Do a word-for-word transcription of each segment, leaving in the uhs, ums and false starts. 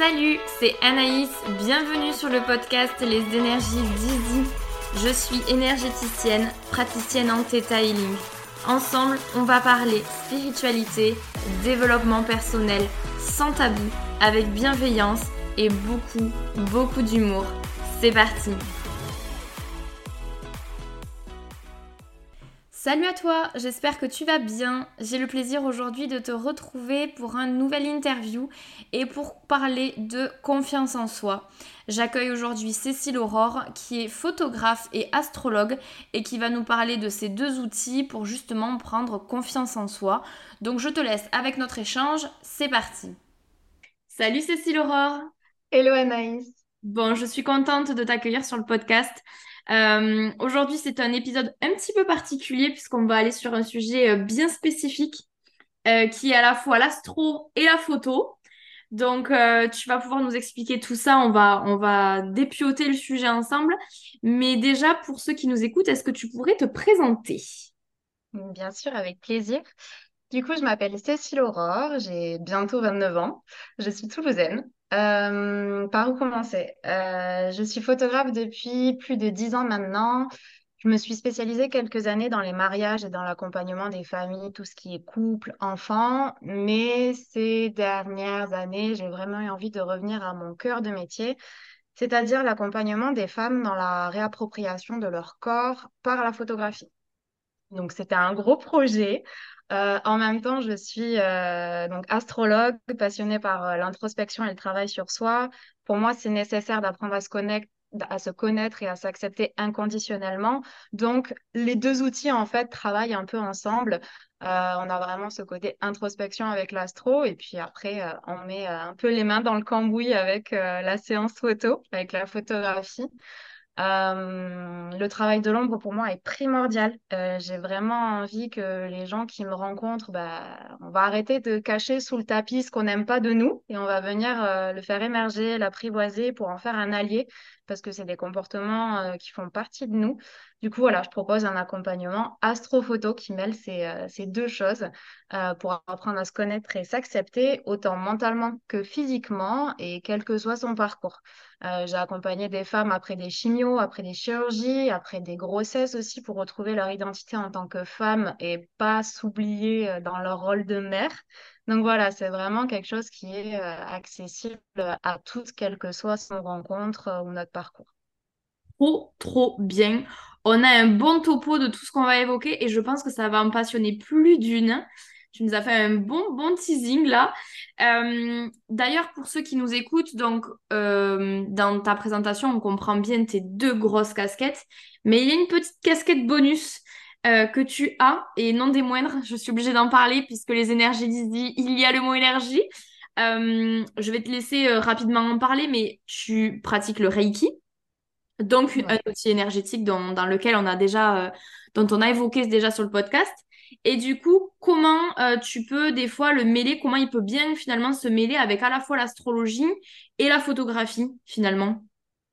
Salut, c'est Anaïs, bienvenue sur le podcast Les énergies d'Easy. Je suis énergéticienne, praticienne en Theta Healing. Ensemble, on va parler spiritualité, développement personnel, sans tabou, avec bienveillance et beaucoup, beaucoup d'humour. C'est parti! Salut à toi, j'espère que tu vas bien. J'ai le plaisir aujourd'hui de te retrouver pour un nouvel interview et pour parler de confiance en soi. J'accueille aujourd'hui Cécile Aurore qui est photographe et astrologue et qui va nous parler de ces deux outils pour justement prendre confiance en soi. Donc je te laisse avec notre échange, c'est parti. Salut Cécile Aurore. Hello Anaïs. Bon, je suis contente de t'accueillir sur le podcast. Euh, aujourd'hui, c'est un épisode un petit peu particulier puisqu'on va aller sur un sujet euh, bien spécifique euh, qui est à la fois l'astro et la photo. Donc, euh, tu vas pouvoir nous expliquer tout ça. On va, on va dépioter le sujet ensemble. Mais déjà, pour ceux qui nous écoutent, est-ce que tu pourrais te présenter? Bien sûr, avec plaisir. Du coup, je m'appelle Cécile Aurore, j'ai bientôt vingt-neuf ans, je suis toulousaine. Euh, par où commencer? Euh, je suis photographe depuis plus de dix ans maintenant. Je me suis spécialisée quelques années dans les mariages et dans l'accompagnement des familles, tout ce qui est couple, enfants. Mais ces dernières années, j'ai vraiment eu envie de revenir à mon cœur de métier, c'est-à-dire l'accompagnement des femmes dans la réappropriation de leur corps par la photographie. Donc, c'était un gros projet. Euh, en même temps, je suis euh, donc astrologue, passionnée par euh, l'introspection et le travail sur soi. Pour moi, c'est nécessaire d'apprendre à se connaître, à se connaître et à s'accepter inconditionnellement. Donc, les deux outils, en fait, travaillent un peu ensemble. Euh, on a vraiment ce côté introspection avec l'astro. Et puis après, euh, on met euh, un peu les mains dans le cambouis avec euh, la séance photo, avec la photographie. Euh, le travail de l'ombre pour moi est primordial. Euh, j'ai vraiment envie que les gens qui me rencontrent, bah, on va arrêter de cacher sous le tapis ce qu'on n'aime pas de nous et on va venir euh, le faire émerger, l'apprivoiser pour en faire un allié parce que c'est des comportements euh, qui font partie de nous. Du coup, voilà, je propose un accompagnement astrophoto qui mêle ces, euh, ces deux choses euh, pour apprendre à se connaître et s'accepter autant mentalement que physiquement et quel que soit son parcours. Euh, j'ai accompagné des femmes après des chimios, après des chirurgies, après des grossesses aussi pour retrouver leur identité en tant que femme et pas s'oublier euh, dans leur rôle de mère. Donc voilà, c'est vraiment quelque chose qui est euh, accessible à toutes, quelle que soit son rencontre euh, ou notre parcours. Trop, trop bien. On a un bon topo de tout ce qu'on va évoquer et je pense que ça va en passionner plus d'une. Tu nous as fait un bon, bon teasing là. Euh, d'ailleurs, pour ceux qui nous écoutent, donc euh, dans ta présentation, on comprend bien tes deux grosses casquettes, mais il y a une petite casquette bonus euh, que tu as et non des moindres. Je suis obligée d'en parler puisque les énergies disent il y a le mot énergie. Euh, je vais te laisser euh, rapidement en parler, mais tu pratiques le Reiki. Donc, un Ouais. outil énergétique dont- dans lequel on a déjà, euh, dont on a évoqué déjà sur le podcast. Et du coup, comment euh, tu peux des fois le mêler, comment il peut bien finalement se mêler avec à la fois l'astrologie et la photographie finalement.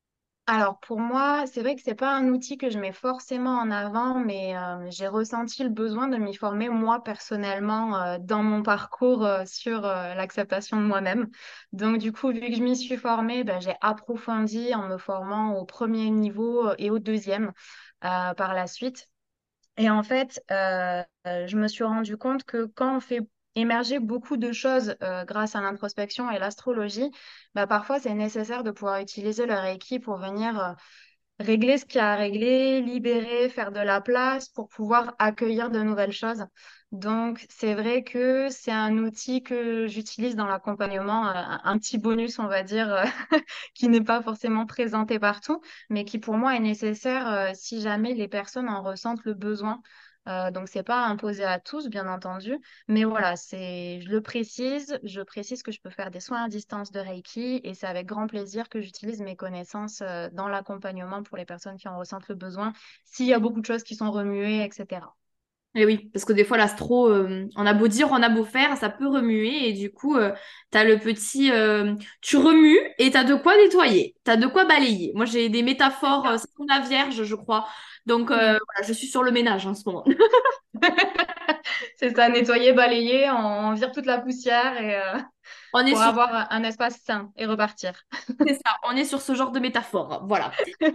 Alors pour moi, c'est vrai que c'est pas un outil que je mets forcément en avant, mais euh, j'ai ressenti le besoin de m'y former moi personnellement euh, dans mon parcours euh, sur euh, l'acceptation de moi-même. Donc du coup, vu que je m'y suis formée, ben, j'ai approfondi en me formant au premier niveau euh, et au deuxième euh, par la suite. Et en fait, euh, euh, je me suis rendu compte que quand on fait émerger beaucoup de choses euh, grâce à l'introspection et l'astrologie, bah, parfois c'est nécessaire de pouvoir utiliser le Reiki pour venir euh, régler ce qu'il y a à régler, libérer, faire de la place pour pouvoir accueillir de nouvelles choses. Donc, c'est vrai que c'est un outil que j'utilise dans l'accompagnement, euh, un un petit bonus, on va dire, euh, qui n'est pas forcément présenté partout, mais qui pour moi est nécessaire euh, si jamais les personnes en ressentent le besoin. Euh, donc, c'est pas imposé à tous, bien entendu, mais voilà, c'est, je le précise, je précise que je peux faire des soins à distance de Reiki et c'est avec grand plaisir que j'utilise mes connaissances euh, dans l'accompagnement pour les personnes qui en ressentent le besoin, s'il y a beaucoup de choses qui sont remuées, et cetera. Et oui, parce que des fois l'astro, euh, on a beau dire, on a beau faire, ça peut remuer et du coup, euh, t'as le petit, euh, tu remues et t'as de quoi nettoyer, t'as de quoi balayer. Moi, j'ai des métaphores, euh, c'est comme la Vierge, je crois. Donc, euh, Mm. voilà, je suis sur le ménage en ce moment. C'est ça, nettoyer, balayer, on, on vire toute la poussière et euh, On est pour sur, avoir un espace sain et repartir. c'est ça, on est sur ce genre de métaphore. Voilà.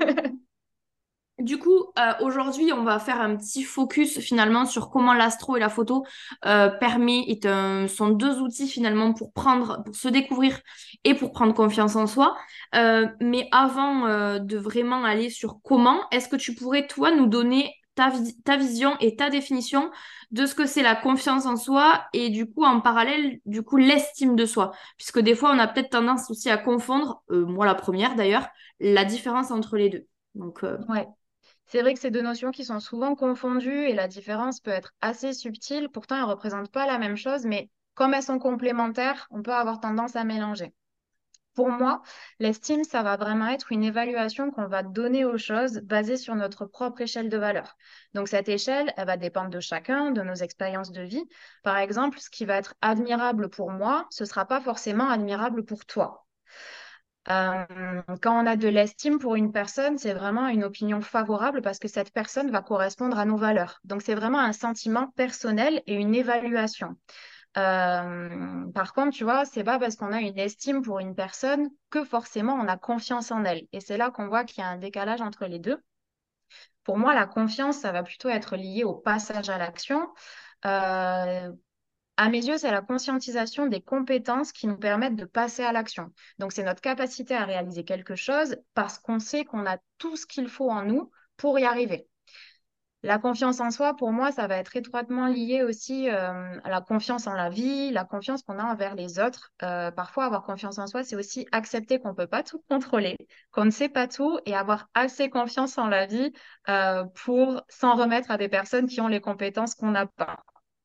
Du coup, euh, aujourd'hui, on va faire un petit focus finalement sur comment l'astro et la photo euh, permet, est un- sont deux outils finalement pour prendre, pour se découvrir et pour prendre confiance en soi. Euh, mais avant euh, de vraiment aller sur comment, est-ce que tu pourrais toi nous donner ta, vi- ta vision et ta définition de ce que c'est la confiance en soi et du coup en parallèle du coup l'estime de soi, puisque des fois on a peut-être tendance aussi à confondre, euh, moi la première d'ailleurs, la différence entre les deux. Donc euh, Ouais. C'est vrai que c'est deux notions qui sont souvent confondues et la différence peut être assez subtile. Pourtant, elles ne représentent pas la même chose, mais comme elles sont complémentaires, on peut avoir tendance à mélanger. Pour moi, l'estime, ça va vraiment être une évaluation qu'on va donner aux choses basée sur notre propre échelle de valeur. Donc cette échelle, elle va dépendre de chacun, de nos expériences de vie. Par exemple, ce qui va être admirable pour moi, ce ne sera pas forcément admirable pour toi. Euh, quand on a de l'estime pour une personne, c'est vraiment une opinion favorable parce que cette personne va correspondre à nos valeurs. Donc c'est vraiment un sentiment personnel et une évaluation. Euh, par contre, tu vois, c'est pas parce qu'on a une estime pour une personne que forcément on a confiance en elle. Et c'est là qu'on voit qu'il y a un décalage entre les deux. Pour moi, la confiance, ça va plutôt être lié au passage à l'action. Euh, à mes yeux, c'est la conscientisation des compétences qui nous permettent de passer à l'action. Donc, c'est notre capacité à réaliser quelque chose parce qu'on sait qu'on a tout ce qu'il faut en nous pour y arriver. La confiance en soi, pour moi, ça va être étroitement lié aussi euh, à la confiance en la vie, la confiance qu'on a envers les autres. Euh, parfois, avoir confiance en soi, c'est aussi accepter qu'on ne peut pas tout contrôler, qu'on ne sait pas tout et avoir assez confiance en la vie euh, pour s'en remettre à des personnes qui ont les compétences qu'on n'a pas.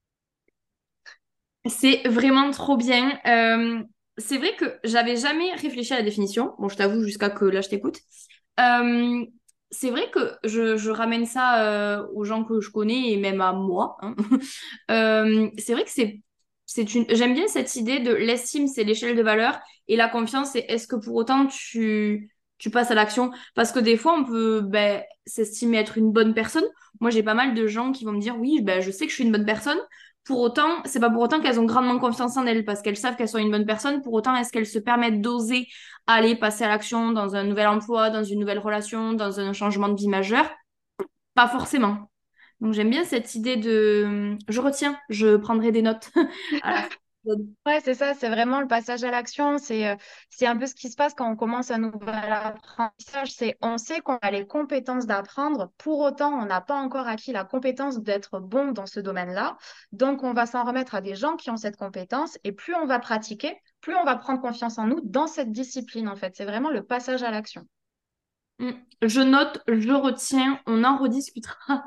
c'est vraiment trop bien. Euh, c'est vrai que j'avais jamais réfléchi à la définition. Bon, je t'avoue, jusqu'à que là, je t'écoute. Euh, c'est vrai que je, je ramène ça euh, aux gens que je connais et même à moi, hein. Euh, c'est vrai que c'est, c'est une... J'aime bien cette idée de l'estime, c'est l'échelle de valeur et la confiance, c'est est-ce que pour autant tu, tu passes à l'action? Parce que des fois, on peut ben, s'estimer être une bonne personne. Moi, j'ai pas mal de gens qui vont me dire, oui, ben, je sais que je suis une bonne personne. Pour autant, c'est pas pour autant qu'elles ont grandement confiance en elles, parce qu'elles savent qu'elles sont une bonne personne. Pour autant, est-ce qu'elles se permettent d'oser aller passer à l'action dans un nouvel emploi, dans une nouvelle relation, dans un changement de vie majeur? Pas forcément. Donc j'aime bien cette idée de... Je retiens, je prendrai des notes à la fin. Ouais, c'est ça, c'est vraiment le passage à l'action. C'est euh, c'est un peu ce qui se passe quand on commence un nouvel apprentissage. C'est on sait qu'on a les compétences d'apprendre, pour autant, on n'a pas encore acquis la compétence d'être bon dans ce domaine-là. Donc, on va s'en remettre à des gens qui ont cette compétence et plus on va pratiquer, plus on va prendre confiance en nous dans cette discipline, en fait. C'est vraiment le passage à l'action. Mm. Je note, je retiens, on en rediscutera.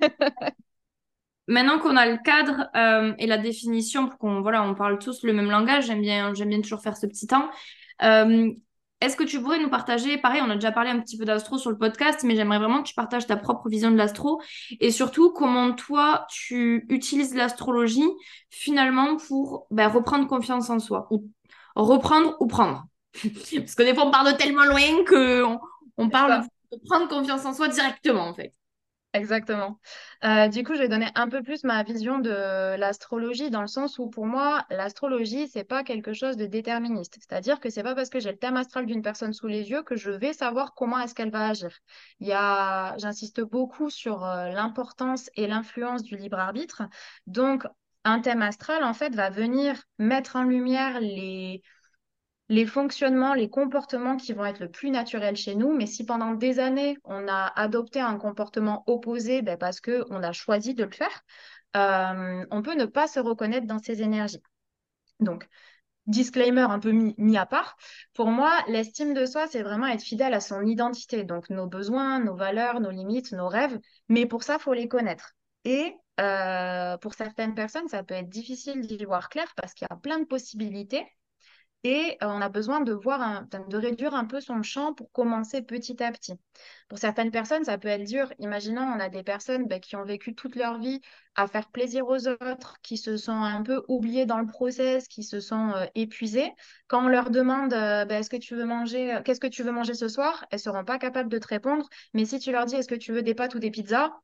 Maintenant qu'on a le cadre euh, et la définition pour qu'on voilà, on parle tous le même langage, j'aime bien, j'aime bien toujours faire ce petit temps. Euh, est-ce que tu pourrais nous partager, pareil, on a déjà parlé un petit peu d'astro sur le podcast, mais j'aimerais vraiment que tu partages ta propre vision de l'astro et surtout comment toi tu utilises l'astrologie finalement pour ben, reprendre confiance en soi ou reprendre ou prendre. Parce que des fois on part de tellement loin que on, on C'est parle ça. de prendre confiance en soi directement en fait. Exactement. Euh, du coup, je vais donner un peu plus ma vision de l'astrologie dans le sens où pour moi, l'astrologie, c'est pas quelque chose de déterministe. C'est-à-dire que c'est pas parce que j'ai le thème astral d'une personne sous les yeux que je vais savoir comment est-ce qu'elle va agir. Il y a, j'insiste beaucoup sur euh, l'importance et l'influence du libre arbitre. Donc, un thème astral, en fait, va venir mettre en lumière les les fonctionnements, les comportements qui vont être le plus naturels chez nous. Mais si pendant des années, on a adopté un comportement opposé ben, parce qu'on a choisi de le faire, euh, on peut ne pas se reconnaître dans ces énergies. Donc, disclaimer un peu mis, mis à part, pour moi, l'estime de soi, c'est vraiment être fidèle à son identité, donc nos besoins, nos valeurs, nos limites, nos rêves. Mais pour ça, il faut les connaître. Et euh, pour certaines personnes, ça peut être difficile d'y voir clair parce qu'il y a plein de possibilités. Et euh, on a besoin de voir un- de réduire un peu son champ pour commencer petit à petit. Pour certaines personnes, ça peut être dur. Imaginons, on a des personnes ben, qui ont vécu toute leur vie à faire plaisir aux autres, qui se sont un peu oubliées dans le process, qui se sont euh, épuisées. Quand on leur demande euh, ben, est-ce que tu veux manger, euh, qu'est-ce que tu veux manger ce soir, elles ne seront pas capables de te répondre. Mais si tu leur dis est-ce que tu veux des pâtes ou des pizzas,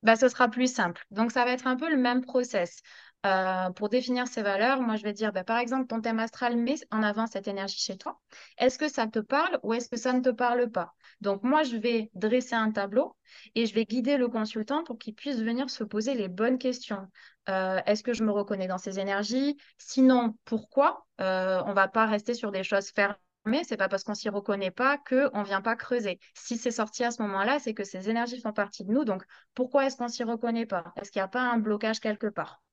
bah, ce sera plus simple. Donc, ça va être un peu le même process. Euh, pour définir ces valeurs, moi, je vais dire, bah, par exemple, ton thème astral met en avant cette énergie chez toi. Est-ce que ça te parle ou est-ce que ça ne te parle pas? Donc, moi, je vais dresser un tableau et je vais guider le consultant pour qu'il puisse venir se poser les bonnes questions. Euh, est-ce que je me reconnais dans ces énergies? Sinon, pourquoi? Euh, on ne va pas rester sur des choses fermées. Mais c'est pas parce qu'on s'y reconnaît pas qu'on ne vient pas creuser. Si c'est sorti à ce moment-là, c'est que ces énergies font partie de nous. Donc, pourquoi est-ce qu'on s'y reconnaît pas? Est-ce qu'il n'y a pas un blocage quelque part?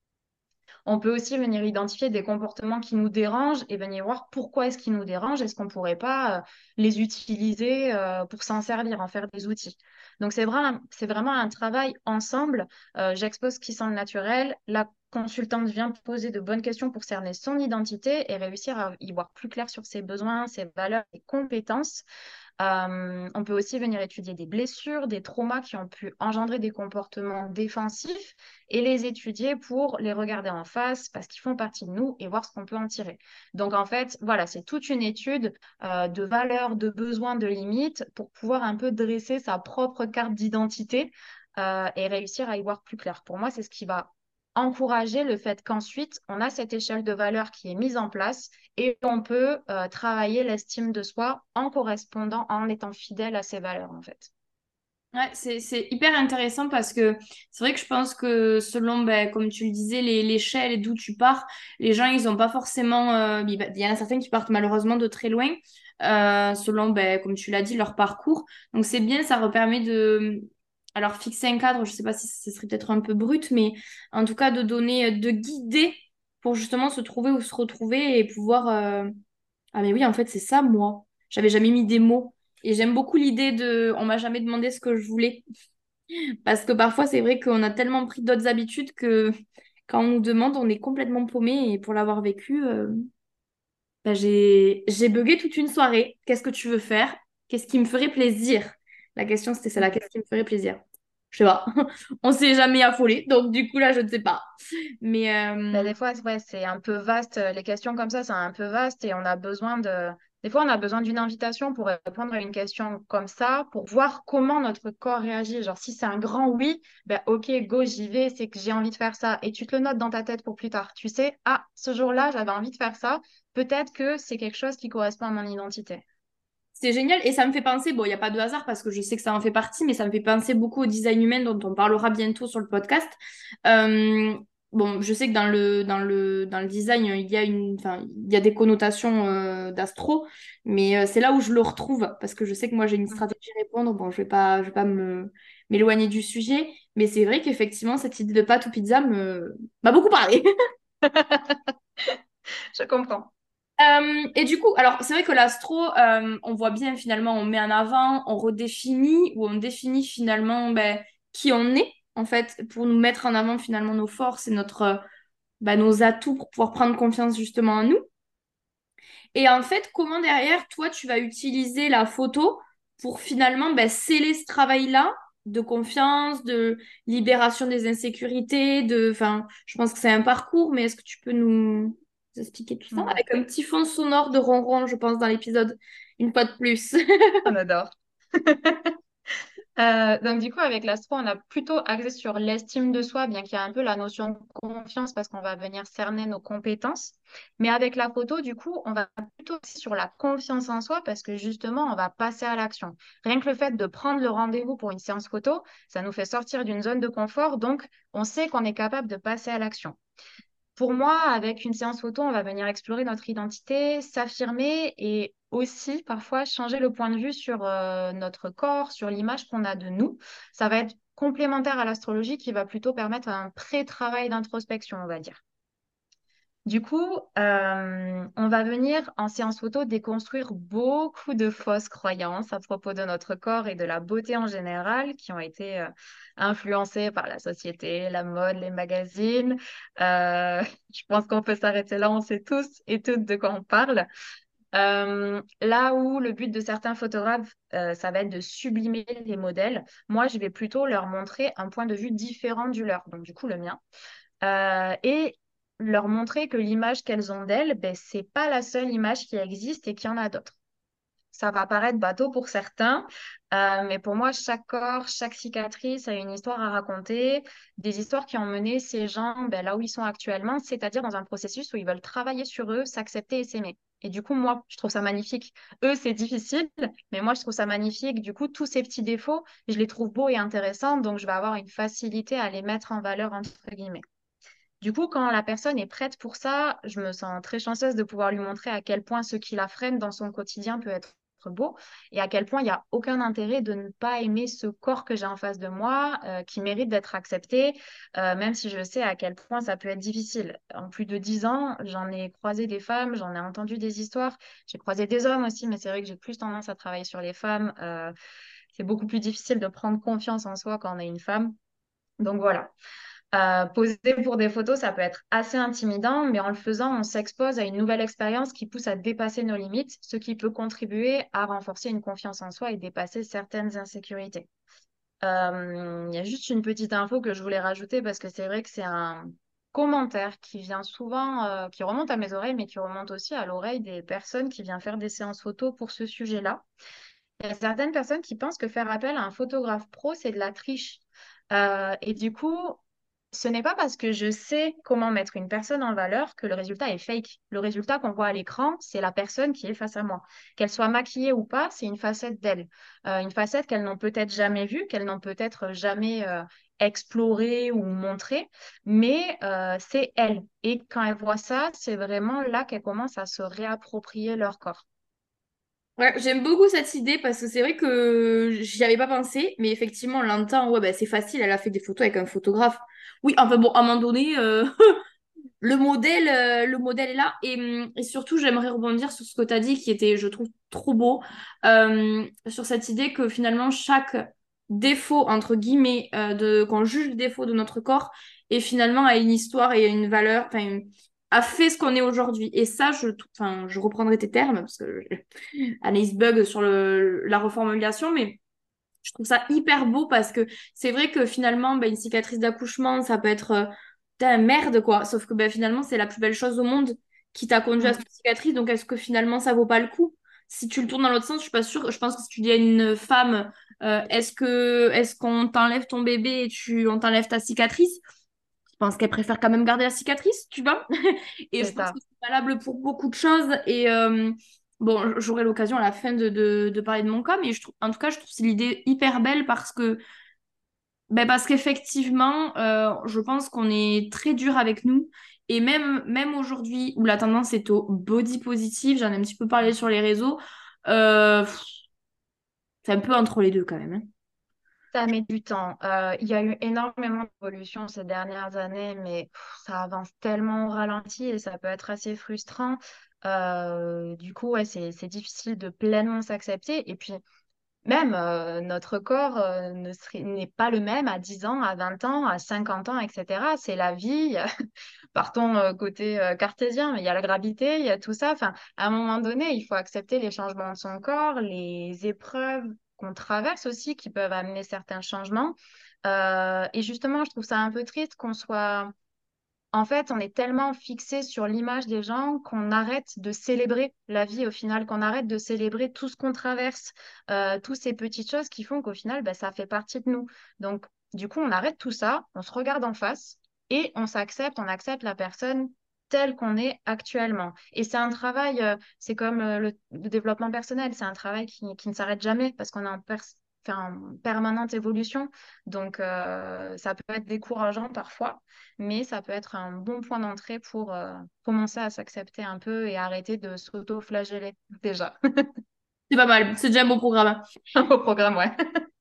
On peut aussi venir identifier des comportements qui nous dérangent et venir voir pourquoi est-ce qu'ils nous dérangent. Est-ce qu'on ne pourrait pas euh, les utiliser euh, pour s'en servir, en faire des outils? Donc, c'est vraiment, c'est vraiment un travail ensemble. Euh, j'expose ce qui semble naturel. La consultante vient poser de bonnes questions pour cerner son identité et réussir à y voir plus clair sur ses besoins, ses valeurs, ses compétences. Euh, on peut aussi venir étudier des blessures, des traumas qui ont pu engendrer des comportements défensifs et les étudier pour les regarder en face parce qu'ils font partie de nous et voir ce qu'on peut en tirer. Donc en fait, voilà, c'est toute une étude euh, de valeurs, de besoins, de limites pour pouvoir un peu dresser sa propre carte d'identité euh, et réussir à y voir plus clair. Pour moi, c'est ce qui va encourager le fait qu'ensuite, on a cette échelle de valeurs qui est mise en place et on peut euh, travailler l'estime de soi en correspondant, en étant fidèle à ses valeurs, en fait. Ouais, c'est, c'est hyper intéressant parce que c'est vrai que je pense que selon, ben, comme tu le disais, les- l'échelle et d'où tu pars, les gens, ils ont pas forcément... euh, il va- il y en a certains qui partent malheureusement de très loin, euh, selon, ben, comme tu l'as dit, leur parcours. Donc c'est bien, ça leur permet de... Alors fixer un cadre, je sais pas si ce serait peut-être un peu brut, mais en tout cas de donner, de guider pour justement se trouver ou se retrouver et pouvoir... euh, Ah mais oui, en fait, c'est ça, moi. J'avais jamais mis des mots. Et j'aime beaucoup l'idée de... On m'a jamais demandé ce que je voulais. Parce que parfois, c'est vrai qu'on a tellement pris d'autres habitudes que quand on nous demande, on est complètement paumé. Et pour l'avoir vécu, euh, bah, j'ai... j'ai bugué toute une soirée. Qu'est-ce que tu veux faire? Qu'est-ce qui me ferait plaisir? La question, c'était celle-là. Qu'est-ce qui me ferait plaisir? Je sais pas. On s'est jamais affolé. Donc, du coup, là, je ne sais pas. Mais... Mais euh, des fois, ouais, c'est un peu vaste. Les questions comme ça, c'est un peu vaste et on a besoin de... Des fois, on a besoin d'une invitation pour répondre à une question comme ça, pour voir comment notre corps réagit. Genre, si c'est un grand oui, ben ok, go, j'y vais, c'est que j'ai envie de faire ça. Et tu te le notes dans ta tête pour plus tard. Tu sais, ah, ce jour-là, j'avais envie de faire ça. Peut-être que c'est quelque chose qui correspond à mon identité. C'est génial et ça me fait penser, bon, il n'y a pas de hasard parce que je sais que ça en fait partie, mais ça me fait penser beaucoup au design humain dont on parlera bientôt sur le podcast. Euh, bon, je sais que dans le, dans le, dans le design, il y a une, enfin, il y a des connotations euh, d'astro, mais euh, c'est là où je le retrouve parce que je sais que moi j'ai une Mm. stratégie à répondre. Bon, je vais pas, je vais pas me, m'éloigner du sujet, mais c'est vrai qu'effectivement, cette idée de pâte ou pizza me, m'a beaucoup parlé. Je comprends. Euh, et du coup, alors c'est vrai que l'astro, euh, on voit bien finalement, on met en avant, on redéfinit ou on définit finalement ben, qui on est en fait pour nous mettre en avant finalement nos forces et notre, euh, ben, nos atouts pour pouvoir prendre confiance justement en nous. Et en fait, comment derrière toi tu vas utiliser la photo pour finalement ben, sceller ce travail-là de confiance, de libération des insécurités, de, enfin, je pense que c'est un parcours, mais est-ce que tu peux nous expliquer tout ça Mm. avec un petit fond sonore de ronron, je pense, dans l'épisode, une fois de plus. On adore. Euh, donc du coup, avec l'astro, on a plutôt axé sur l'estime de soi, bien qu'il y a un peu la notion de confiance parce qu'on va venir cerner nos compétences. Mais avec la photo, du coup, on va plutôt axer sur la confiance en soi parce que justement, on va passer à l'action. Rien que le fait de prendre le rendez-vous pour une séance photo, ça nous fait sortir d'une zone de confort, donc on sait qu'on est capable de passer à l'action. Pour moi, avec une séance photo, on va venir explorer notre identité, s'affirmer et aussi parfois changer le point de vue sur euh, notre corps, sur l'image qu'on a de nous. Ça va être complémentaire à l'astrologie qui va plutôt permettre un pré-travail d'introspection, on va dire. Du coup, euh, on va venir en séance photo déconstruire beaucoup de fausses croyances à propos de notre corps et de la beauté en général qui ont été euh, influencées par la société, la mode, les magazines. Euh, je pense qu'on peut s'arrêter là, on sait tous et toutes de quoi on parle. Euh, là où le but de certains photographes, euh, ça va être de sublimer les modèles, moi, je vais plutôt leur montrer un point de vue différent du leur, donc du coup le mien euh, et leur montrer que l'image qu'elles ont d'elles, ben, c'est pas la seule image qui existe et qu'il y en a d'autres. ça va paraître bateau pour certains, euh, mais pour moi, chaque corps, chaque cicatrice a une histoire à raconter, des histoires qui ont mené ces gens ben, là où ils sont actuellement, c'est-à-dire dans un processus où ils veulent travailler sur eux, s'accepter et s'aimer. Et du coup, moi, je trouve ça magnifique. Eux, c'est difficile, mais moi, je trouve ça magnifique. Du coup, tous ces petits défauts, je les trouve beaux et intéressants, donc je vais avoir une facilité à les mettre en valeur, entre guillemets. Du coup, quand la personne est prête pour ça, je me sens très chanceuse de pouvoir lui montrer à quel point ce qui la freine dans son quotidien peut être beau et à quel point il n'y a aucun intérêt de ne pas aimer ce corps que j'ai en face de moi, euh, qui mérite d'être accepté, euh, même si je sais à quel point ça peut être difficile. En plus de dix ans, j'en ai croisé des femmes, j'en ai entendu des histoires, j'ai croisé des hommes aussi, mais c'est vrai que j'ai plus tendance à travailler sur les femmes. Euh, c'est beaucoup plus difficile de prendre confiance en soi quand on est une femme. Donc voilà. Euh, poser pour des photos, ça peut être assez intimidant, mais en le faisant, on s'expose à une nouvelle expérience qui pousse à dépasser nos limites, ce qui peut contribuer à renforcer une confiance en soi et dépasser certaines insécurités. Euh, Il y a juste une petite info que je voulais rajouter parce que c'est vrai que c'est un commentaire qui vient souvent, euh, qui remonte à mes oreilles, mais qui remonte aussi à l'oreille des personnes qui viennent faire des séances photos pour ce sujet-là. Il y a certaines personnes qui pensent que faire appel à un photographe pro, c'est de la triche. Euh, et du coup, ce n'est pas parce que je sais comment mettre une personne en valeur que le résultat est fake. Le résultat qu'on voit à l'écran, c'est la personne qui est face à moi. Qu'elle soit maquillée ou pas, c'est une facette d'elle. Euh, une facette qu'elles n'ont peut-être jamais vue, qu'elles n'ont peut-être jamais euh, explorée ou montrée, mais euh, c'est elle. Et quand elles voient ça, c'est vraiment là qu'elles commencent à se réapproprier leur corps. Ouais, j'aime beaucoup cette idée parce que c'est vrai que j'y avais pas pensé, mais effectivement, on l'entend, ouais, bah, c'est facile, elle a fait des photos avec un photographe. Oui, enfin bon, à un moment donné, euh, le modèle, euh, le modèle est là. Et, hum, et surtout, j'aimerais rebondir sur ce que tu as dit, qui était, je trouve, trop beau, euh, sur cette idée que finalement, chaque défaut, entre guillemets, euh, de, qu'on juge le défaut de notre corps, et finalement a une histoire et une valeur, enfin, une- a fait ce qu'on est aujourd'hui. Et ça, je, enfin, je reprendrai tes termes, parce que Anaïs bug sur le, la reformulation, mais je trouve ça hyper beau parce que c'est vrai que finalement, bah, une cicatrice d'accouchement, ça peut être euh, putain, merde, quoi. Sauf que bah, finalement, c'est la plus belle chose au monde qui t'a conduit à Mm, cette cicatrice. Donc, est-ce que finalement, ça vaut pas le coup? Si tu le tournes dans l'autre sens, je suis pas sûre. Je pense que si tu dis à une femme, euh, est-ce que est-ce qu'on t'enlève ton bébé et tu on t'enlève ta cicatrice? Je pense qu'elle préfère quand même garder la cicatrice, tu vois. Et je c'est pense ça. que c'est valable pour beaucoup de choses. Et euh, bon, j'aurai l'occasion à la fin de, de, de parler de mon cas, mais je trouve, en tout cas, je trouve c'est l'idée hyper belle parce que, ben parce qu'effectivement, euh, je pense qu'on est très dur avec nous. Et même, même aujourd'hui, où la tendance est au body positive, j'en ai un petit peu parlé sur les réseaux, euh, pff, c'est un peu entre les deux quand même, hein. Ça met du temps. Euh, il y a eu énormément d'évolution ces dernières années, mais pff, ça avance tellement au ralenti et ça peut être assez frustrant. Euh, du coup, ouais, c'est, c'est difficile de pleinement s'accepter. Et puis, même euh, notre corps euh, ne serait- n'est pas le même à dix ans, à vingt ans, à cinquante ans, et cetera. C'est la vie. Partons euh, côté euh, cartésien, mais il y a la gravité, il y a tout ça. Enfin, à un moment donné, il faut accepter les changements de son corps, les épreuves qu'on traverse aussi qui peuvent amener certains changements. Euh, et justement, je trouve ça un peu triste qu'on soit... En fait, on est tellement fixé sur l'image des gens qu'on arrête de célébrer la vie au final, qu'on arrête de célébrer tout ce qu'on traverse, euh, toutes ces petites choses qui font qu'au final, bah, ça fait partie de nous. Donc, du coup, on arrête tout ça, on se regarde en face et on s'accepte, on accepte la personne telle qu'on est actuellement. Et c'est un travail, euh, c'est comme euh, le, le développement personnel, c'est un travail qui, qui ne s'arrête jamais parce qu'on est en, pers- enfin, en permanente évolution. Donc, euh, ça peut être décourageant parfois, mais ça peut être un bon point d'entrée pour euh, commencer à s'accepter un peu et arrêter de s'auto-flageller déjà. C'est pas mal, c'est déjà un bon programme. Un beau programme, ouais.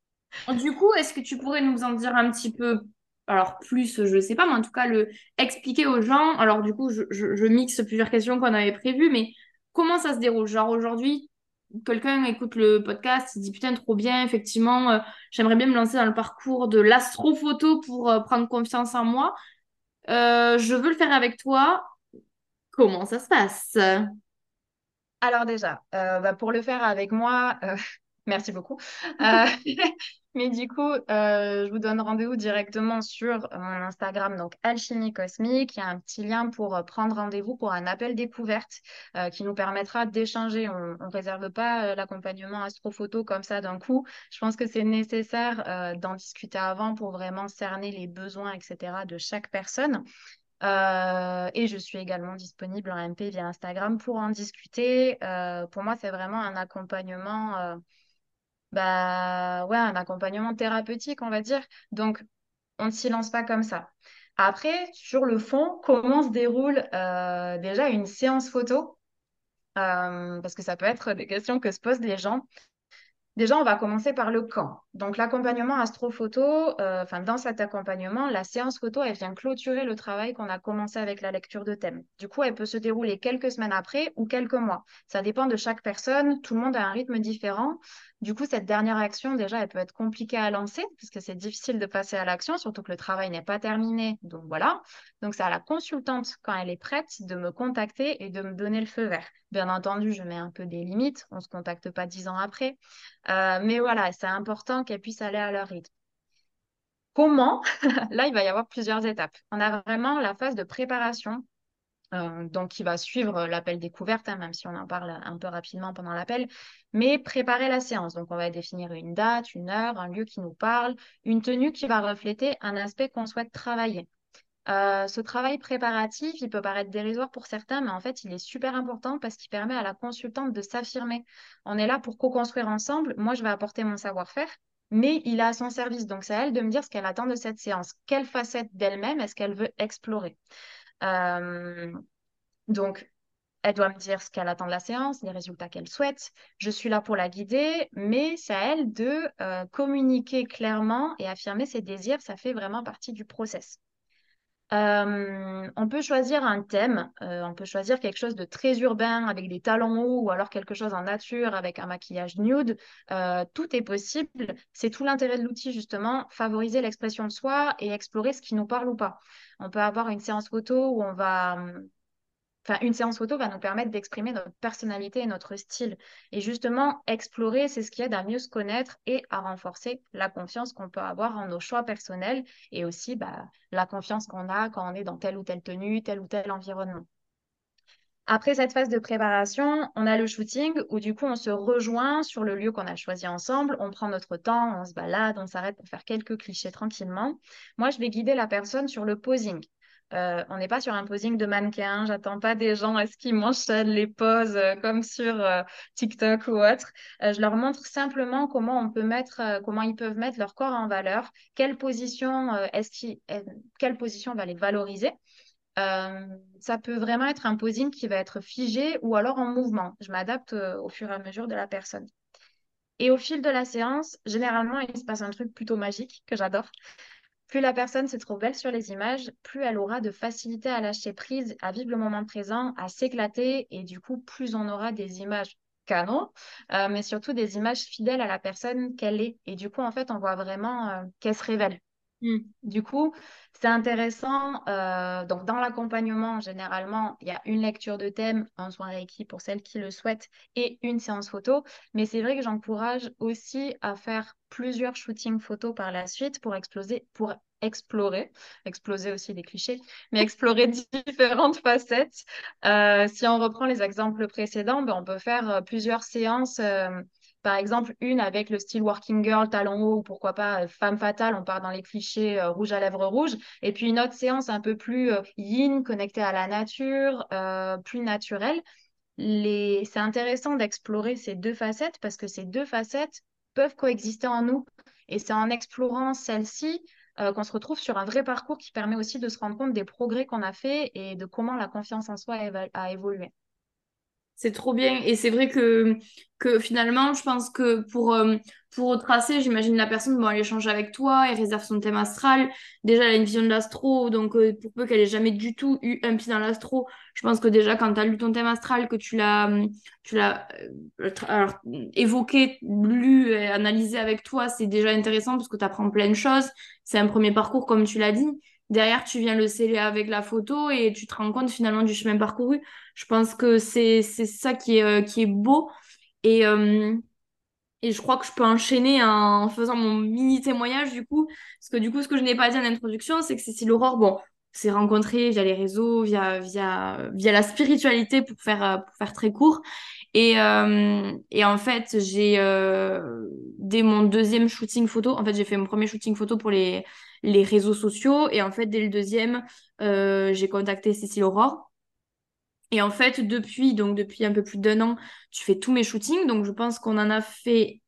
Du coup, est-ce que tu pourrais nous en dire un petit peu, alors plus, je sais pas, mais en tout cas, le expliquer aux gens. Alors du coup, je, je, je mixe plusieurs questions qu'on avait prévues, mais comment ça se déroule? Genre aujourd'hui, quelqu'un écoute le podcast, il se dit putain, trop bien, effectivement, euh, j'aimerais bien me lancer dans le parcours de l'astrophoto pour euh, prendre confiance en moi. Euh, je veux le faire avec toi. Comment ça se passe? Alors déjà, euh, bah, pour le faire avec moi, euh, Merci beaucoup. Euh, mais du coup, euh, je vous donne rendez-vous directement sur mon Instagram, donc Alchimie Cosmique. Il y a un petit lien pour euh, prendre rendez-vous pour un appel découverte euh, qui nous permettra d'échanger. On ne réserve pas euh, l'accompagnement astrophoto comme ça d'un coup. Je pense que c'est nécessaire euh, d'en discuter avant pour vraiment cerner les besoins, et cetera de chaque personne. Euh, et je suis également disponible en M P via Instagram pour en discuter. Euh, pour moi, c'est vraiment un accompagnement. Euh, bah ouais, un accompagnement thérapeutique, on va dire. Donc, on ne s'y lance pas comme ça. Après, sur le fond, comment se déroule euh, déjà une séance photo? Euh, parce que ça peut être des questions que se posent les gens. Déjà, on va commencer par le quand. Donc, l'accompagnement astrophoto, euh, enfin, dans cet accompagnement, la séance photo, elle vient clôturer le travail qu'on a commencé avec la lecture de thème. Du coup, elle peut se dérouler quelques semaines après ou quelques mois. Ça dépend de chaque personne. Tout le monde a un rythme différent. Du coup, cette dernière action, déjà, elle peut être compliquée à lancer parce que c'est difficile de passer à l'action, surtout que le travail n'est pas terminé. Donc, voilà. Donc, c'est à la consultante, quand elle est prête, de me contacter et de me donner le feu vert. Bien entendu, je mets un peu des limites. On ne se contacte pas dix ans après. Euh, mais voilà, c'est important qu'elles puissent aller à leur rythme. Comment? Là, il va y avoir plusieurs étapes. On a vraiment la phase de préparation, euh, donc qui va suivre l'appel découverte, hein, même si on en parle un peu rapidement pendant l'appel, mais préparer la séance. Donc, on va définir une date, une heure, un lieu qui nous parle, une tenue qui va refléter un aspect qu'on souhaite travailler. Euh, ce travail préparatif, il peut paraître dérisoire pour certains, mais en fait, il est super important parce qu'il permet à la consultante de s'affirmer. On est là pour co-construire ensemble. Moi, je vais apporter mon savoir-faire, mais il est à son service. Donc, c'est à elle de me dire ce qu'elle attend de cette séance. Quelle facette d'elle-même est-ce qu'elle veut explorer? Euh, donc, elle doit me dire ce qu'elle attend de la séance, les résultats qu'elle souhaite. Je suis là pour la guider, mais c'est à elle de euh, communiquer clairement et affirmer ses désirs. Ça fait vraiment partie du process. Euh, on peut choisir un thème, euh, on peut choisir quelque chose de très urbain avec des talons hauts ou alors quelque chose en nature avec un maquillage nude. Euh, tout est possible. C'est tout l'intérêt de l'outil, justement, favoriser l'expression de soi et explorer ce qui nous parle ou pas. On peut avoir une séance photo où on va, hum, Enfin, une séance photo va nous permettre d'exprimer notre personnalité et notre style. Et justement, explorer, c'est ce qui aide à mieux se connaître et à renforcer la confiance qu'on peut avoir en nos choix personnels et aussi bah, la confiance qu'on a quand on est dans telle ou telle tenue, tel ou tel environnement. Après cette phase de préparation, on a le shooting où du coup on se rejoint sur le lieu qu'on a choisi ensemble, on prend notre temps, on se balade, on s'arrête pour faire quelques clichés tranquillement. Moi, je vais guider la personne sur le posing. Euh, on n'est pas sur un posing de mannequin, j'attends pas des gens à ce qu'ils m'enchaînent les poses euh, comme sur euh, TikTok ou autre. Euh, je leur montre simplement comment on peut mettre, euh, comment ils peuvent mettre leur corps en valeur, quelle position, euh, est-ce qu'ils- euh, quelle position va les valoriser. Euh, Ça peut vraiment être un posing qui va être figé ou alors en mouvement. Je m'adapte euh, au fur et à mesure de la personne. Et au fil de la séance, généralement, il se passe un truc plutôt magique que j'adore. Plus la personne se trouve belle sur les images, plus elle aura de facilité à lâcher prise, à vivre le moment présent, à s'éclater, et du coup, plus on aura des images canon, euh, mais surtout des images fidèles à la personne qu'elle est. Et du coup, en fait, on voit vraiment euh, qu'elle se révèle. Hmm. Du coup, c'est intéressant. Euh, donc, dans l'accompagnement, généralement, il y a une lecture de thème, un soin Reiki pour celles qui le souhaitent et une séance photo. Mais c'est vrai que j'encourage aussi à faire plusieurs shootings photos par la suite pour exploser, pour explorer, exploser aussi des clichés, mais explorer différentes facettes. Euh, si on reprend les exemples précédents, ben, on peut faire euh, plusieurs séances. Euh, par exemple, une avec le style working girl, talons hauts, ou pourquoi pas euh, femme fatale, on part dans les clichés euh, rouge à lèvres rouge. Et puis une autre séance un peu plus euh, yin, connectée à la nature, euh, plus naturelle. Les... C'est intéressant d'explorer ces deux facettes parce que ces deux facettes peuvent coexister en nous. Et c'est en explorant celle-ci euh, qu'on se retrouve sur un vrai parcours qui permet aussi de se rendre compte des progrès qu'on a fait et de comment la confiance en soi a, éva- a évolué. C'est trop bien. Et c'est vrai que, que finalement, je pense que pour, euh, pour retracer, j'imagine la personne, bon, elle échange avec toi, elle réserve son thème astral. Déjà, elle a une vision de l'astro, donc euh, pour peu qu'elle ait jamais du tout eu un pied dans l'astro, je pense que déjà, quand tu as lu ton thème astral, que tu l'as euh, tu l'as euh, tra- alors, évoqué, lu et analysé avec toi, c'est déjà intéressant parce que tu apprends plein de choses. C'est un premier parcours, comme tu l'as dit. Derrière, tu viens le sceller avec la photo et tu te rends compte finalement du chemin parcouru. Je pense que c'est c'est ça qui est, euh, qui est beau. Et, euh, Et je crois que je peux enchaîner en faisant mon mini témoignage du coup. Parce que du coup, ce que je n'ai pas dit en introduction, c'est que Cécile Aurore, bon, s'est rencontrée via les réseaux, via, via, via la spiritualité pour faire, euh, pour faire très court. Et, euh, et en fait, j'ai, euh, dès mon deuxième shooting photo, en fait, j'ai fait mon premier shooting photo pour les, les réseaux sociaux. Et en fait, dès le deuxième, euh, j'ai contacté Cécile Aurore. Et en fait, depuis, donc depuis un peu plus d'un an, tu fais tous mes shootings. Donc, je pense qu'on en a fait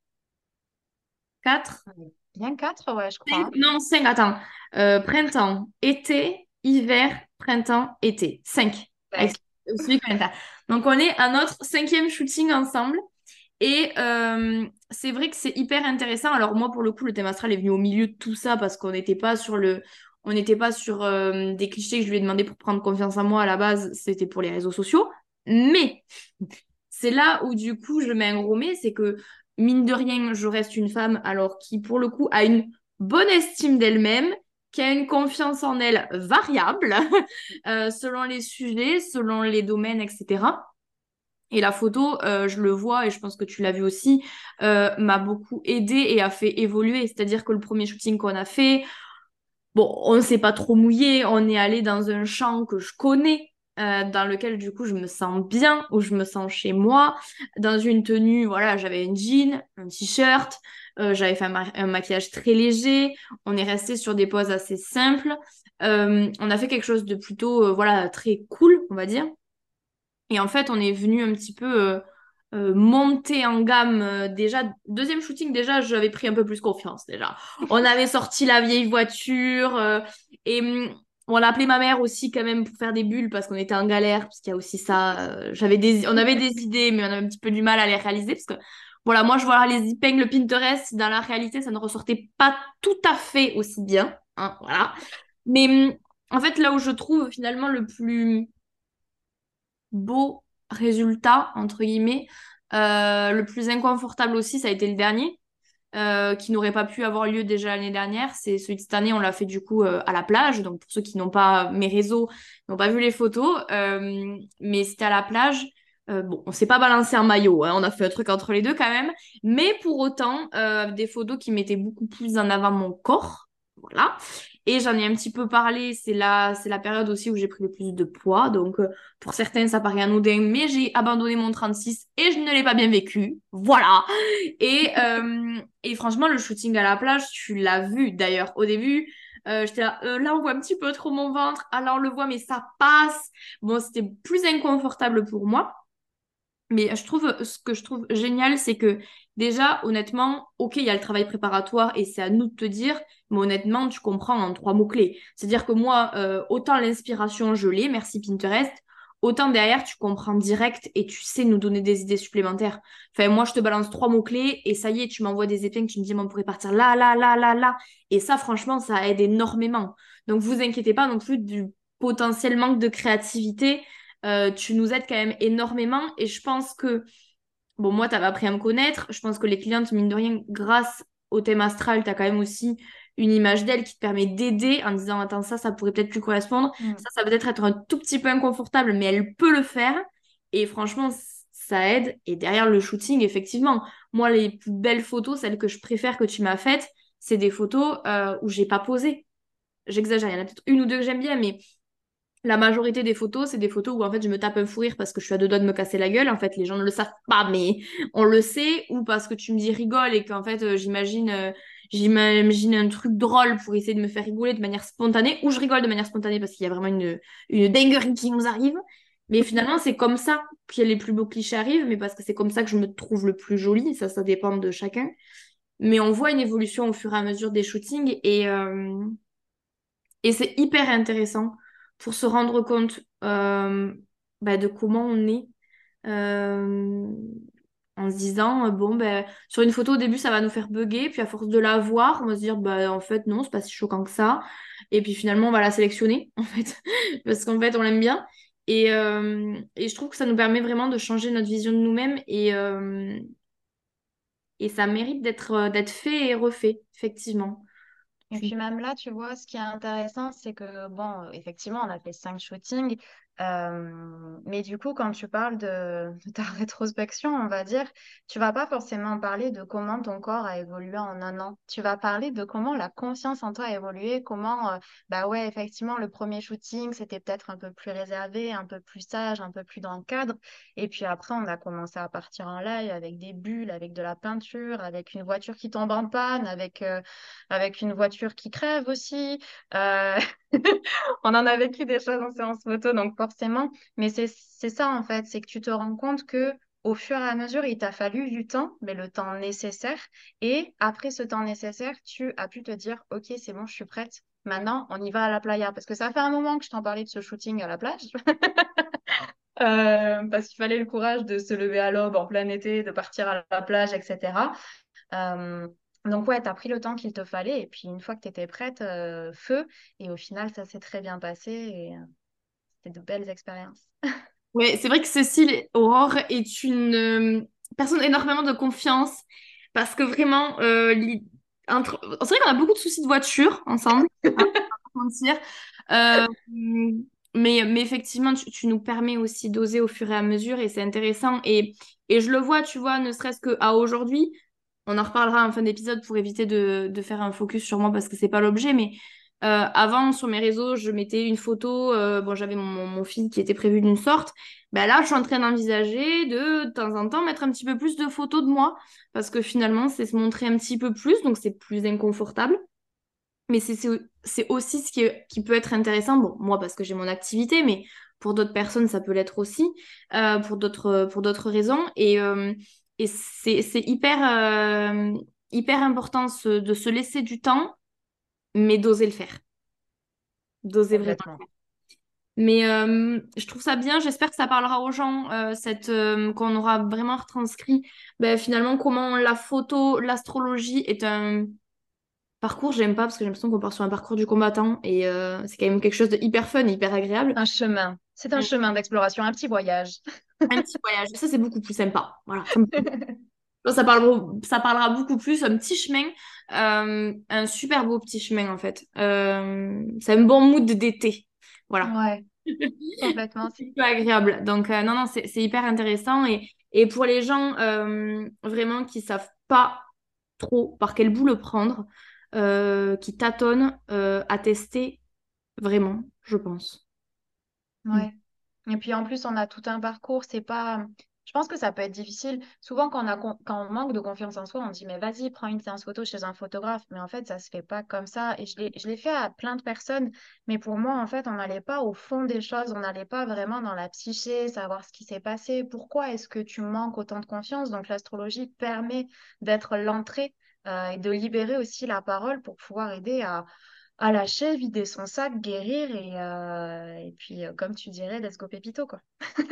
quatre. Ouais. Bien quatre, ouais, je Cinq- crois. non, cinq, attends. Euh, printemps, été, hiver, printemps, été. Cinq. Avec Cinq. celui qu'on a. Donc, on est à notre cinquième shooting ensemble. Et euh, c'est vrai que c'est hyper intéressant. Alors, moi, pour le coup, le thème astral est venu au milieu de tout ça parce qu'on n'était pas sur le. On n'était pas sur euh, des clichés que je lui ai demandé pour prendre confiance en moi à la base, c'était pour les réseaux sociaux. Mais c'est là où du coup je mets un gros mais, c'est que mine de rien, je reste une femme alors qui pour le coup a une bonne estime d'elle-même, qui a une confiance en elle variable euh, selon les sujets, selon les domaines, et cetera. Et la photo, euh, je le vois et je pense que tu l'as vu aussi, euh, m'a beaucoup aidée et a fait évoluer. C'est-à-dire que le premier shooting qu'on a fait, bon, on ne s'est pas trop mouillé, on est allé dans un champ que je connais, euh, dans lequel du coup je me sens bien, où je me sens chez moi, dans une tenue, voilà, j'avais un jean, un t-shirt, euh, j'avais fait un, ma- un maquillage très léger, on est resté sur des poses assez simples. Euh, on a fait quelque chose de plutôt, euh, voilà, très cool, on va dire. Et en fait, on est venu un petit peu euh, euh, monter en gamme. euh, déjà, deuxième shooting, déjà, j'avais pris un peu plus confiance. Déjà, on avait sorti la vieille voiture euh, et hum, on a appelé ma mère aussi quand même pour faire des bulles parce qu'on était en galère, parce qu'il y a aussi ça. euh, j'avais des, on avait des idées, mais on avait un petit peu du mal à les réaliser parce que voilà, moi je vois les épingles Pinterest, dans la réalité, ça ne ressortait pas tout à fait aussi bien, hein, voilà. Mais hum, en fait, là où je trouve finalement le plus beau résultat, entre guillemets. Euh, le plus inconfortable aussi, ça a été le dernier, euh, qui n'aurait pas pu avoir lieu déjà l'année dernière. C'est celui de cette année, on l'a fait du coup euh, à la plage. Donc pour ceux qui n'ont pas mes réseaux, n'ont pas vu les photos, euh, mais c'était à la plage. Euh, bon, on s'est pas balancé en maillot, hein, on a fait un truc entre les deux quand même, mais pour autant, euh, des photos qui mettaient beaucoup plus en avant mon corps, voilà. Et j'en ai un petit peu parlé, c'est la, c'est la période aussi où j'ai pris le plus de poids, donc euh, pour certains ça paraît anodin, mais j'ai abandonné mon trente-six et je ne l'ai pas bien vécu, voilà. Et, euh, et franchement, le shooting à la plage, tu l'as vu d'ailleurs au début. Euh, j'étais là, euh, là, on voit un petit peu trop mon ventre. Ah, là, on le voit, mais ça passe. Bon, c'était plus inconfortable pour moi. Mais je trouve, ce que je trouve génial, c'est que déjà, honnêtement, ok, il y a le travail préparatoire et c'est à nous de te dire, mais honnêtement, tu comprends en trois mots-clés. C'est-à-dire que moi, euh, autant l'inspiration, je l'ai, merci Pinterest, autant derrière, tu comprends direct et tu sais nous donner des idées supplémentaires. Enfin, moi, je te balance trois mots-clés et ça y est, tu m'envoies des épingles, tu me dis, mais on pourrait partir là, là, là, là, là. Et ça, franchement, ça aide énormément. Donc, vous inquiétez pas non plus du potentiel manque de créativité. Euh, tu nous aides quand même énormément et je pense que, bon, moi, tu avais appris à me connaître. Je pense que les clientes, mine de rien, grâce au thème astral, tu as quand même aussi une image d'elle qui te permet d'aider en disant, attends, ça, ça pourrait peut-être plus correspondre. Mm. Ça, ça va peut-être être un tout petit peu inconfortable, mais elle peut le faire. Et franchement, c- ça aide. Et derrière le shooting, effectivement, moi, les plus belles photos, celles que je préfère que tu m'as faites, c'est des photos euh, où j'ai pas posé. J'exagère, il y en a peut-être une ou deux que j'aime bien, mais la majorité des photos, c'est des photos où en fait je me tape un fou rire parce que je suis à deux doigts de me casser la gueule. En fait, les gens ne le savent pas, mais on le sait. Ou parce que tu me dis rigole et qu'en fait euh, j'imagine euh, j'imagine un truc drôle pour essayer de me faire rigoler de manière spontanée. Ou je rigole de manière spontanée parce qu'il y a vraiment une, une dinguerie qui nous arrive. Mais finalement, c'est comme ça que les plus beaux clichés arrivent, mais parce que c'est comme ça que je me trouve le plus jolie. Ça, ça dépend de chacun. Mais on voit une évolution au fur et à mesure des shootings et, euh, et c'est hyper intéressant pour se rendre compte euh, bah, de comment on est. euh, En se disant, euh, bon, ben, sur une photo au début, ça va nous faire bugger, puis à force de la voir, on va se dire, bah, en fait, non, c'est pas si choquant que ça. Et puis finalement, on va la sélectionner, en fait, parce qu'en fait, on l'aime bien. Et, euh, et je trouve que ça nous permet vraiment de changer notre vision de nous-mêmes et, euh, et ça mérite d'être euh, d'être fait et refait, effectivement. Et Tu- puis même là, tu vois, ce qui est intéressant, c'est que, bon, euh, effectivement, on a fait cinq shootings. Euh, mais du coup, quand tu parles de, de ta rétrospection, on va dire, tu vas pas forcément parler de comment ton corps a évolué en un an. Tu vas parler de comment la confiance en toi a évolué, comment, euh, bah ouais, effectivement, le premier shooting, c'était peut-être un peu plus réservé, un peu plus sage, un peu plus dans le cadre. Et puis après, on a commencé à partir en live avec des bulles, avec de la peinture, avec une voiture qui tombe en panne, avec, euh, avec une voiture qui crève aussi. Euh, On en a vécu des choses en séance photo, donc forcément, mais c'est c'est ça en fait, c'est que tu te rends compte que au fur et à mesure, il t'a fallu du temps, mais le temps nécessaire. Et après ce temps nécessaire, tu as pu te dire, OK, c'est bon, je suis prête. Maintenant, on y va à la playa. Parce que ça fait un moment que je t'en parlais de ce shooting à la plage. Euh, parce qu'il fallait le courage de se lever à l'aube en plein été, de partir à la plage, et cetera. Euh, donc ouais, tu as pris le temps qu'il te fallait et puis une fois que tu étais prête, euh, feu. Et au final, ça s'est très bien passé et euh, c'était de belles expériences. Ouais, c'est vrai que Cécile Aurore est une euh, personne énormément de confiance parce que vraiment, euh, l'i- entre- c'est vrai qu'on a beaucoup de soucis de voiture ensemble, hein, on va pas se mentir. Euh, mais, mais effectivement, tu, tu nous permets aussi d'oser au fur et à mesure et c'est intéressant. Et, et je le vois, tu vois, ne serait-ce qu'à aujourd'hui, on en reparlera en fin d'épisode pour éviter de, de faire un focus sur moi parce que c'est pas l'objet, mais euh, avant, sur mes réseaux, je mettais une photo, euh, bon, j'avais mon, mon, mon feed qui était prévu d'une sorte. Ben là, je suis en train d'envisager de, de temps en temps, mettre un petit peu plus de photos de moi parce que finalement, c'est se montrer un petit peu plus, donc c'est plus inconfortable. Mais c'est c'est c'est aussi ce qui, est- qui peut être intéressant. Bon, moi, parce que j'ai mon activité, mais pour d'autres personnes, ça peut l'être aussi, euh, pour d'autres pour d'autres raisons. Et, euh, et c'est c'est hyper, euh, hyper important ce- de se laisser du temps, mais d'oser le faire. D'oser vraiment. Complètement. Mais euh, je trouve ça bien, j'espère que ça parlera aux gens, euh, cette, euh, qu'on aura vraiment retranscrit ben, finalement comment la photo, l'astrologie est un parcours, j'aime pas parce que j'ai l'impression qu'on part sur un parcours du combattant et euh, c'est quand même quelque chose de hyper fun, hyper agréable. Un chemin. C'est un Mm. chemin d'exploration, un petit voyage. Un petit voyage, ça c'est beaucoup plus sympa. Voilà, ça, me- ça parlera, ça parlera beaucoup plus, un petit chemin, euh, un super beau petit chemin en fait. Euh, c'est un bon mood d'été. Voilà. Ouais, complètement. C'est peu agréable. Donc, euh, non, non, c'est c'est hyper intéressant. Et, et pour les gens euh, vraiment qui savent pas trop par quel bout le prendre, euh, qui tâtonnent euh, à tester, vraiment, je pense. Mm. Ouais. Et puis en plus, on a tout un parcours. C'est pas. Je pense que ça peut être difficile. Souvent, quand on a con- quand on manque de confiance en soi, on dit, mais vas-y, prends une séance photo chez un photographe. Mais en fait, ça se fait pas comme ça. Et je l'ai, je l'ai fait à plein de personnes. Mais pour moi, en fait, on n'allait pas au fond des choses. On n'allait pas vraiment dans la psyché, savoir ce qui s'est passé. Pourquoi est-ce que tu manques autant de confiance? Donc, l'astrologie permet d'être l'entrée euh, et de libérer aussi la parole pour pouvoir aider à à lâcher, vider son sac, guérir et, euh, et puis, euh, comme tu dirais, let's go pépito, quoi.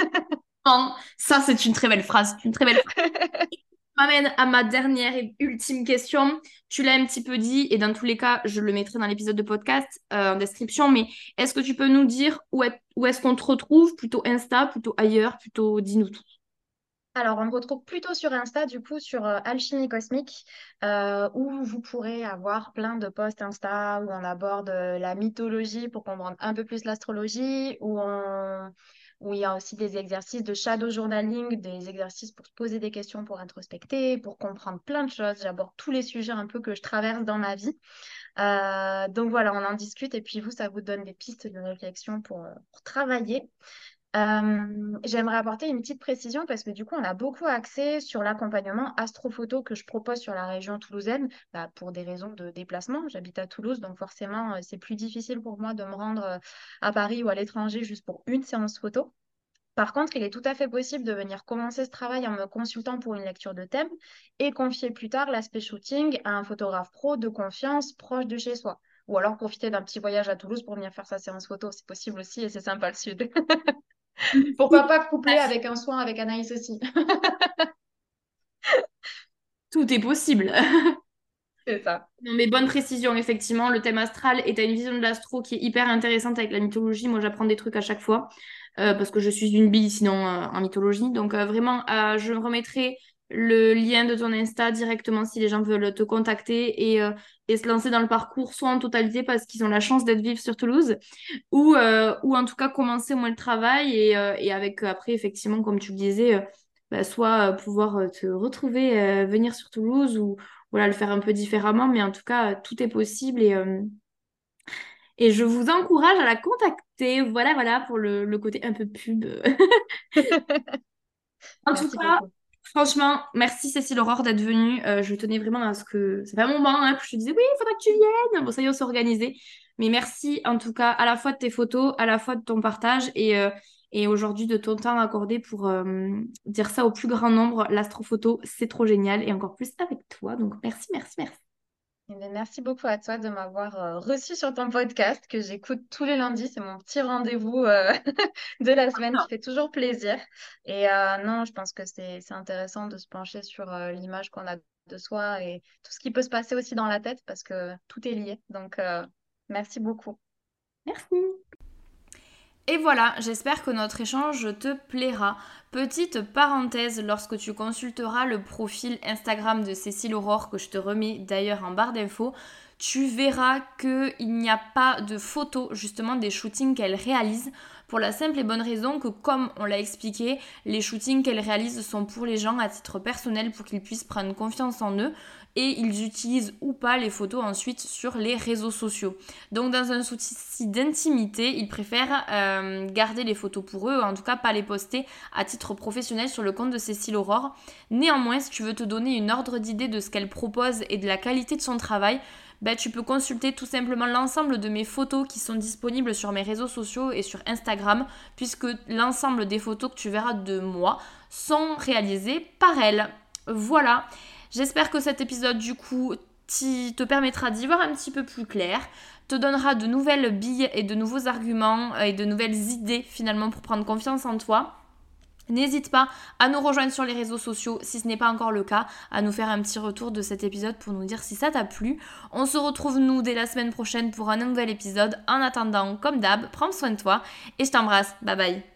Non, ça, c'est une très belle phrase. Une très belle phrase. M'amène à ma dernière et ultime question. Tu l'as un petit peu dit, et dans tous les cas, je le mettrai dans l'épisode de podcast euh, en description, mais est-ce que tu peux nous dire où est, où est-ce qu'on te retrouve? Plutôt Insta, plutôt ailleurs, plutôt dis-nous tout. Alors, on me retrouve plutôt sur Insta, du coup, sur euh, Alchimie Cosmique, euh, où vous pourrez avoir plein de posts Insta où on aborde euh, la mythologie pour comprendre un peu plus l'astrologie, où on... où il y a aussi des exercices de shadow journaling, des exercices pour se poser des questions, pour introspecter, pour comprendre plein de choses. J'aborde tous les sujets un peu que je traverse dans ma vie. Euh, donc voilà, on en discute et puis vous, ça vous donne des pistes de réflexion pour, euh, pour travailler. Euh, j'aimerais apporter une petite précision parce que du coup, on a beaucoup axé sur l'accompagnement astrophoto que je propose sur la région toulousaine bah, pour des raisons de déplacement. J'habite à Toulouse, donc forcément, euh, c'est plus difficile pour moi de me rendre euh, à Paris ou à l'étranger juste pour une séance photo. Par contre, il est tout à fait possible de venir commencer ce travail en me consultant pour une lecture de thème et confier plus tard l'aspect shooting à un photographe pro de confiance proche de chez soi. Ou alors profiter d'un petit voyage à Toulouse pour venir faire sa séance photo. C'est possible aussi et c'est sympa le sud. Pourquoi pas coupler avec un soin avec Anaïs aussi. Tout est possible. C'est ça. Non, mais bonne précision, effectivement, le thème astral et tu une vision de l'astro qui est hyper intéressante avec la mythologie. Moi, j'apprends des trucs à chaque fois euh, parce que je suis une bille sinon euh, en mythologie. Donc, euh, vraiment, euh, je remettrai le lien de ton Insta directement si les gens veulent te contacter et, euh, et se lancer dans le parcours, soit en totalité parce qu'ils ont la chance d'être vivre sur Toulouse, ou, euh, ou en tout cas commencer au moins le travail et, euh, et avec euh, après, effectivement, comme tu le disais, euh, bah, soit euh, pouvoir euh, te retrouver, euh, venir sur Toulouse ou voilà, le faire un peu différemment, mais en tout cas, euh, tout est possible et, euh, et je vous encourage à la contacter. Voilà, voilà, pour le, le côté un peu pub. En tout Merci cas, beaucoup. franchement, merci Cécile Aurore d'être venue. Euh, je tenais vraiment à ce que... Ça fait un moment hein, que je te disais, oui, il faudra que tu viennes. Bon, ça y est, on s'est organisé. Mais merci en tout cas à la fois de tes photos, à la fois de ton partage et, euh, et aujourd'hui de ton temps accordé pour euh, dire ça au plus grand nombre. L'astrophoto, c'est trop génial et encore plus avec toi. Donc merci, merci, merci. Eh bien, merci beaucoup à toi de m'avoir euh, reçu sur ton podcast que j'écoute tous les lundis. C'est mon petit rendez-vous euh, de la semaine qui fait toujours plaisir. Et euh, non, je pense que c'est c'est intéressant de se pencher sur euh, l'image qu'on a de soi et tout ce qui peut se passer aussi dans la tête parce que tout est lié. Donc, euh, merci beaucoup. Merci. Et voilà, j'espère que notre échange te plaira. Petite parenthèse, lorsque tu consulteras le profil Instagram de Cécile Aurore, que je te remets d'ailleurs en barre d'infos, tu verras qu'il n'y a pas de photos justement des shootings qu'elle réalise pour la simple et bonne raison que, comme on l'a expliqué, les shootings qu'elle réalise sont pour les gens à titre personnel pour qu'ils puissent prendre confiance en eux et ils utilisent ou pas les photos ensuite sur les réseaux sociaux. Donc dans un souci d'intimité, ils préfèrent euh, garder les photos pour eux, ou en tout cas pas les poster à titre professionnel sur le compte de Cécile Aurore. Néanmoins, si tu veux te donner une ordre d'idée de ce qu'elle propose et de la qualité de son travail, ben, tu peux consulter tout simplement l'ensemble de mes photos qui sont disponibles sur mes réseaux sociaux et sur Instagram, puisque l'ensemble des photos que tu verras de moi sont réalisées par elle. Voilà, j'espère que cet épisode du coup te permettra d'y voir un petit peu plus clair, te donnera de nouvelles billes et de nouveaux arguments et de nouvelles idées finalement pour prendre confiance en toi. N'hésite pas à nous rejoindre sur les réseaux sociaux si ce n'est pas encore le cas, à nous faire un petit retour de cet épisode pour nous dire si ça t'a plu. On se retrouve nous dès la semaine prochaine pour un nouvel épisode. En attendant, comme d'hab, prends soin de toi et je t'embrasse. Bye bye.